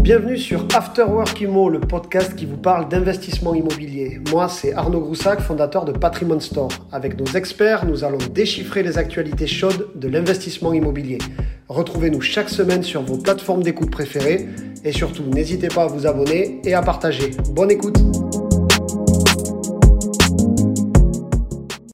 Bienvenue sur After Work Immo, le podcast qui vous parle d'investissement immobilier. Moi, c'est Arnaud Groussac, fondateur de Patrimoine Store. Avec nos experts, nous allons déchiffrer les actualités chaudes de l'investissement immobilier. Retrouvez-nous chaque semaine sur vos plateformes d'écoute préférées et surtout, n'hésitez pas à vous abonner et à partager. Bonne écoute!